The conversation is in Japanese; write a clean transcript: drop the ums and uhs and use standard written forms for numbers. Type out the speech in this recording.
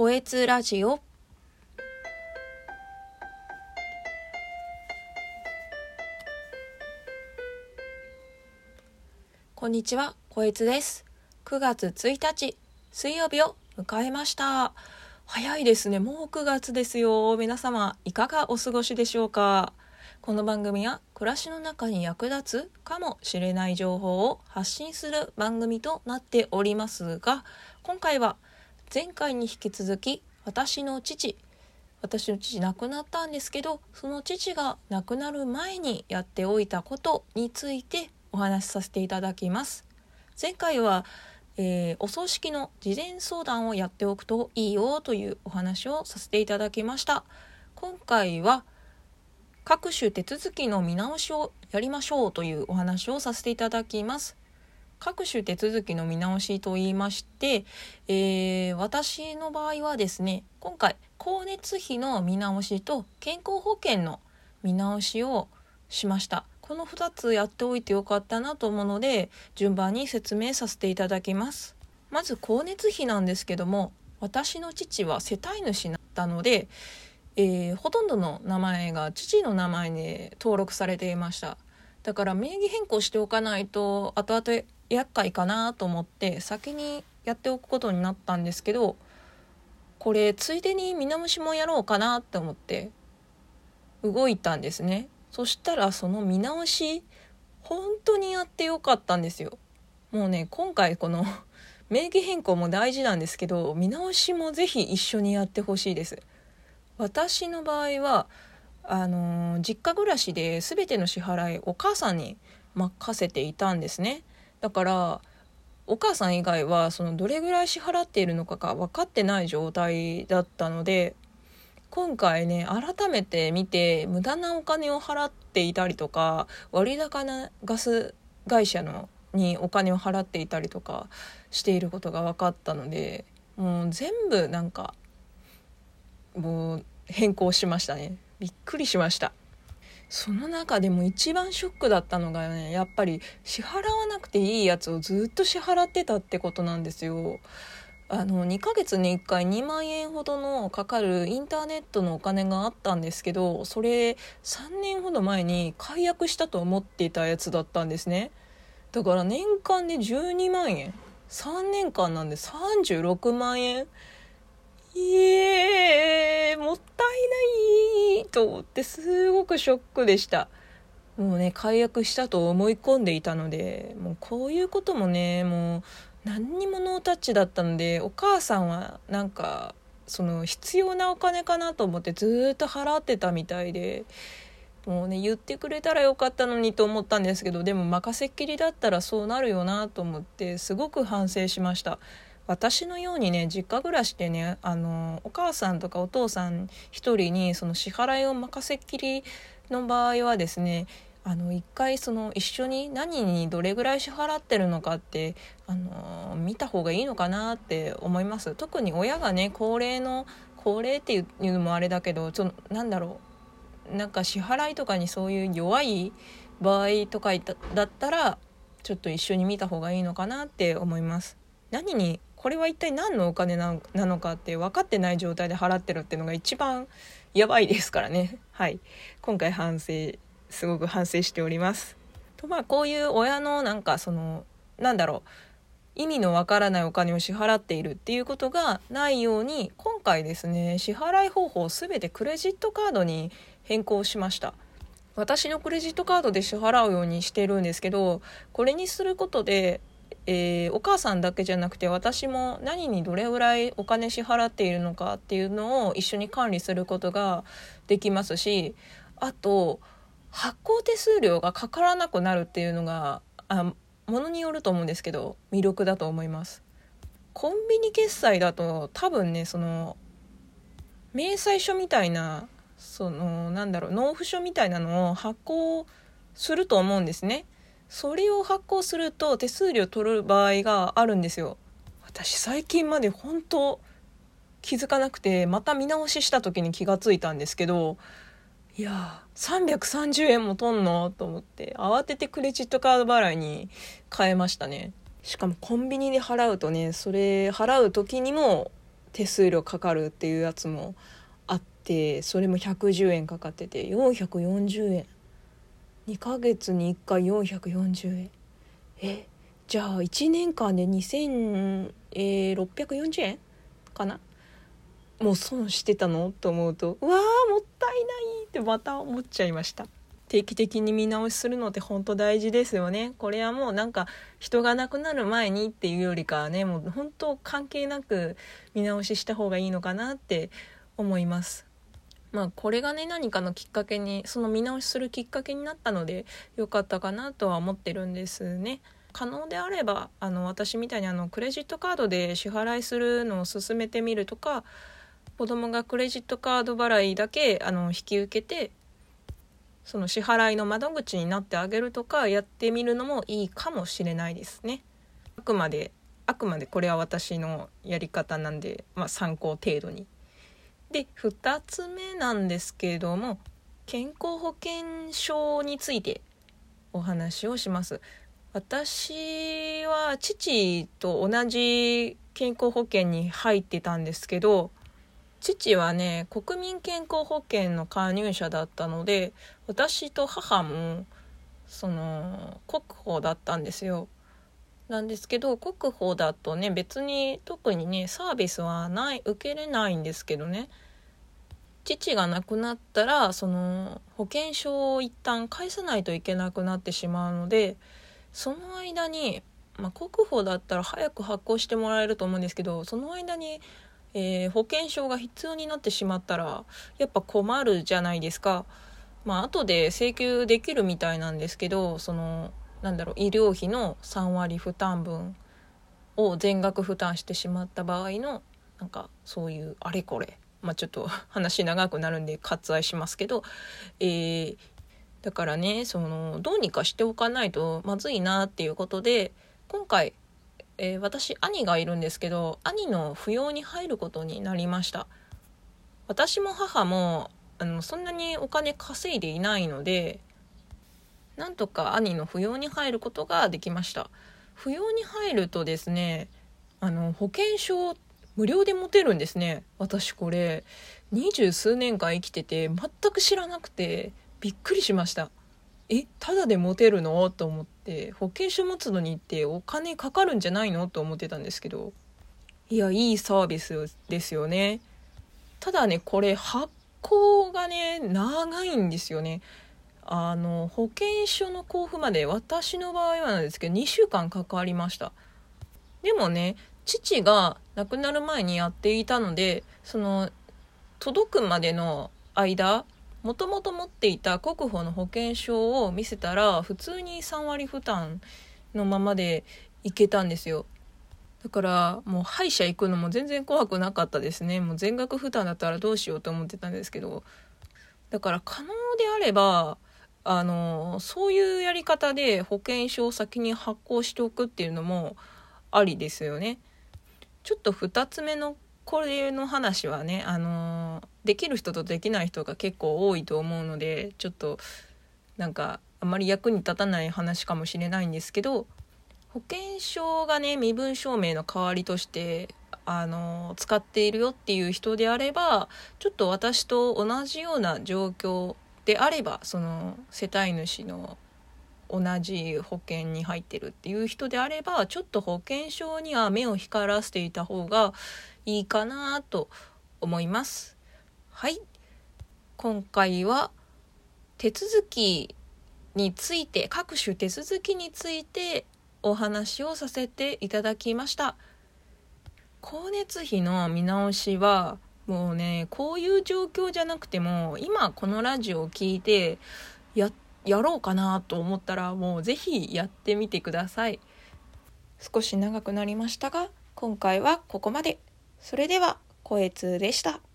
こえつラジオ。こんにちは、こえつです。9月1日水曜日を迎えました。早いですね。もう9月ですよ。皆様いかがお過ごしでしょうか。この番組は暮らしの中に役立つかもしれない情報を発信する番組となっておりますが、今回は前回に引き続き私の父亡くなったんですけど、その父が亡くなる前にやっておいたことについてお話しさせていただきます。前回は、お葬式の事前相談をやっておくといいよというお話をさせていただきました。今回は各種手続きの見直しをやりましょうというお話をさせていただきます。各種手続きの見直しと言いまして、私の場合はですね、今回光熱費の見直しと健康保険の見直しをしました。この2つやっておいてよかったなと思うので、順番に説明させていただきます。まず光熱費なんですけども、私の父は世帯主だったので、ほとんどの名前が父の名前に登録されていました。だから名義変更しておかないと後々厄介かなと思って先にやっておくことになったんですけど、これついでに見直しもやろうかなって思って動いたんですね。そしたらその見直し本当にやってよかったんですよ。もうね、今回この名義変更も大事なんですけど、見直しもぜひ一緒にやってほしいです。私の場合は実家暮らしで全ての支払いお母さんに任せていたんですね。だからお母さん以外はどれぐらい支払っているのかが分かってない状態だったので、今回ね改めて見て無駄なお金を払っていたりとか、割高なガス会社にお金を払っていたりとかしていることが分かったので、もう全部もう変更しましたね。びっくりしました。その中でも一番ショックだったのがね、やっぱり支払わなくていいやつをずっと支払ってたってことなんですよ。2ヶ月に1回2万円ほどのかかるインターネットのお金があったんですけど、それ3年ほど前に解約したと思っていたやつだったんですね。だから年間で12万円、3年間なんで36万円。もったいないと思ってすごくショックでした。もうね、解約したと思い込んでいたので、もうこういうこともね、もう何にもノータッチだったので、お母さんは必要なお金かなと思ってずっと払ってたみたいで、もうね言ってくれたらよかったのにと思ったんですけど、でも任せっきりだったらそうなるよなと思ってすごく反省しました。私のようにね、実家暮らしでね、お母さんとかお父さん一人にその支払いを任せっきりの場合はですね、一回一緒に何にどれぐらい支払ってるのかって見た方がいいのかなって思います。特に親がね、高齢っていうのもあれだけど、支払いとかにそういう弱い場合とかだったらちょっと一緒に見た方がいいのかなって思います。これは一体何のお金なのかって分かってない状態で払ってるっていうのが一番やばいですからね。はい、今回すごく反省しております。こういう親の意味のわからないお金を支払っているっていうことがないように、今回ですね、支払い方法をすべてクレジットカードに変更しました。私のクレジットカードで支払うようにしてるんですけど、これにすることでお母さんだけじゃなくて私も何にどれぐらいお金支払っているのかっていうのを一緒に管理することができますし、あと発行手数料がかからなくなるっていうのがものによると思うんですけど魅力だと思います。コンビニ決済だと多分ね、明細書みたいな納付書みたいなのを発行すると思うんですね。それを発行すると手数料取る場合があるんですよ。私最近まで本当気づかなくて、また見直しした時に気がついたんですけど、いや330円も取んのと思って慌ててクレジットカード払いに変えましたね。しかもコンビニで払うとね、それ払う時にも手数料かかるっていうやつもあって、それも110円かかってて440円、2ヶ月に1回440円。じゃあ1年間で2640円かな。もう損してたのと思うと、うわーもったいないってまた思っちゃいました。定期的に見直しするのって本当大事ですよね。これはもうなんか人が亡くなる前にっていうよりかはね、もう本当関係なく見直しした方がいいのかなって思います。これがね、何かのきっかけに、その見直しするきっかけになったので良かったかなとは思ってるんですね。可能であれば私みたいにクレジットカードで支払いするのを勧めてみるとか、子供がクレジットカード払いだけ引き受けて、その支払いの窓口になってあげるとかやってみるのもいいかもしれないですね。あくまでこれは私のやり方なんで、参考程度に。で、2つ目なんですけれども、健康保険証についてお話をします。私は父と同じ健康保険に入ってたんですけど、父はね、国民健康保険の加入者だったので、私と母も国保だったんですよ。なんですけど、国保だとね、別に特にねサービスは受けれないんですけどね、父が亡くなったらその保険証を一旦返さないといけなくなってしまうので、その間に、国保だったら早く発行してもらえると思うんですけど、その間に保険証が必要になってしまったらやっぱ困るじゃないですか。後で請求できるみたいなんですけど、医療費の3割負担分を全額負担してしまった場合のそういうあれこれ、ちょっと話長くなるんで割愛しますけど、だからね、どうにかしておかないとまずいなっていうことで、今回私兄がいるんですけど、兄の扶養に入ることになりました。私も母もそんなにお金稼いでいないので、なんとか兄の扶養に入ることができました。扶養に入るとですね、保険証無料で持てるんですね。私これ20数年間生きてて全く知らなくてびっくりしました。ただで持てるのと思って、保険証持つのにってお金かかるんじゃないのと思ってたんですけど、いいサービスですよね。ただね、これ発行がね長いんですよね。保険証の交付まで私の場合はなんですけど2週間かかりました。でもね、父が亡くなる前にやっていたので、届くまでの間、もともと持っていた国保の保険証を見せたら普通に3割負担のままでいけたんですよ。だからもう歯医者行くのも全然怖くなかったですね。もう全額負担だったらどうしようと思ってたんですけど、だから可能であればそういうやり方で保険証を先に発行しておくっていうのもありですよね。ちょっと2つ目のこれの話はね、できる人とできない人が結構多いと思うので、ちょっとあまり役に立たない話かもしれないんですけど、保険証がね身分証明の代わりとして使っているよっていう人であれば、ちょっと私と同じような状況であれば、その世帯主の同じ保険に入ってるっていう人であれば、ちょっと保険証には目を光らせていた方がいいかなと思います。はい、今回は手続きについて、各種手続きについてお話をさせていただきました。光熱費の見直しはもうね、こういう状況じゃなくても今このラジオを聞いてやろうかなと思ったら、もうぜひやってみてください。少し長くなりましたが、今回はここまで。それでは、こえつでした。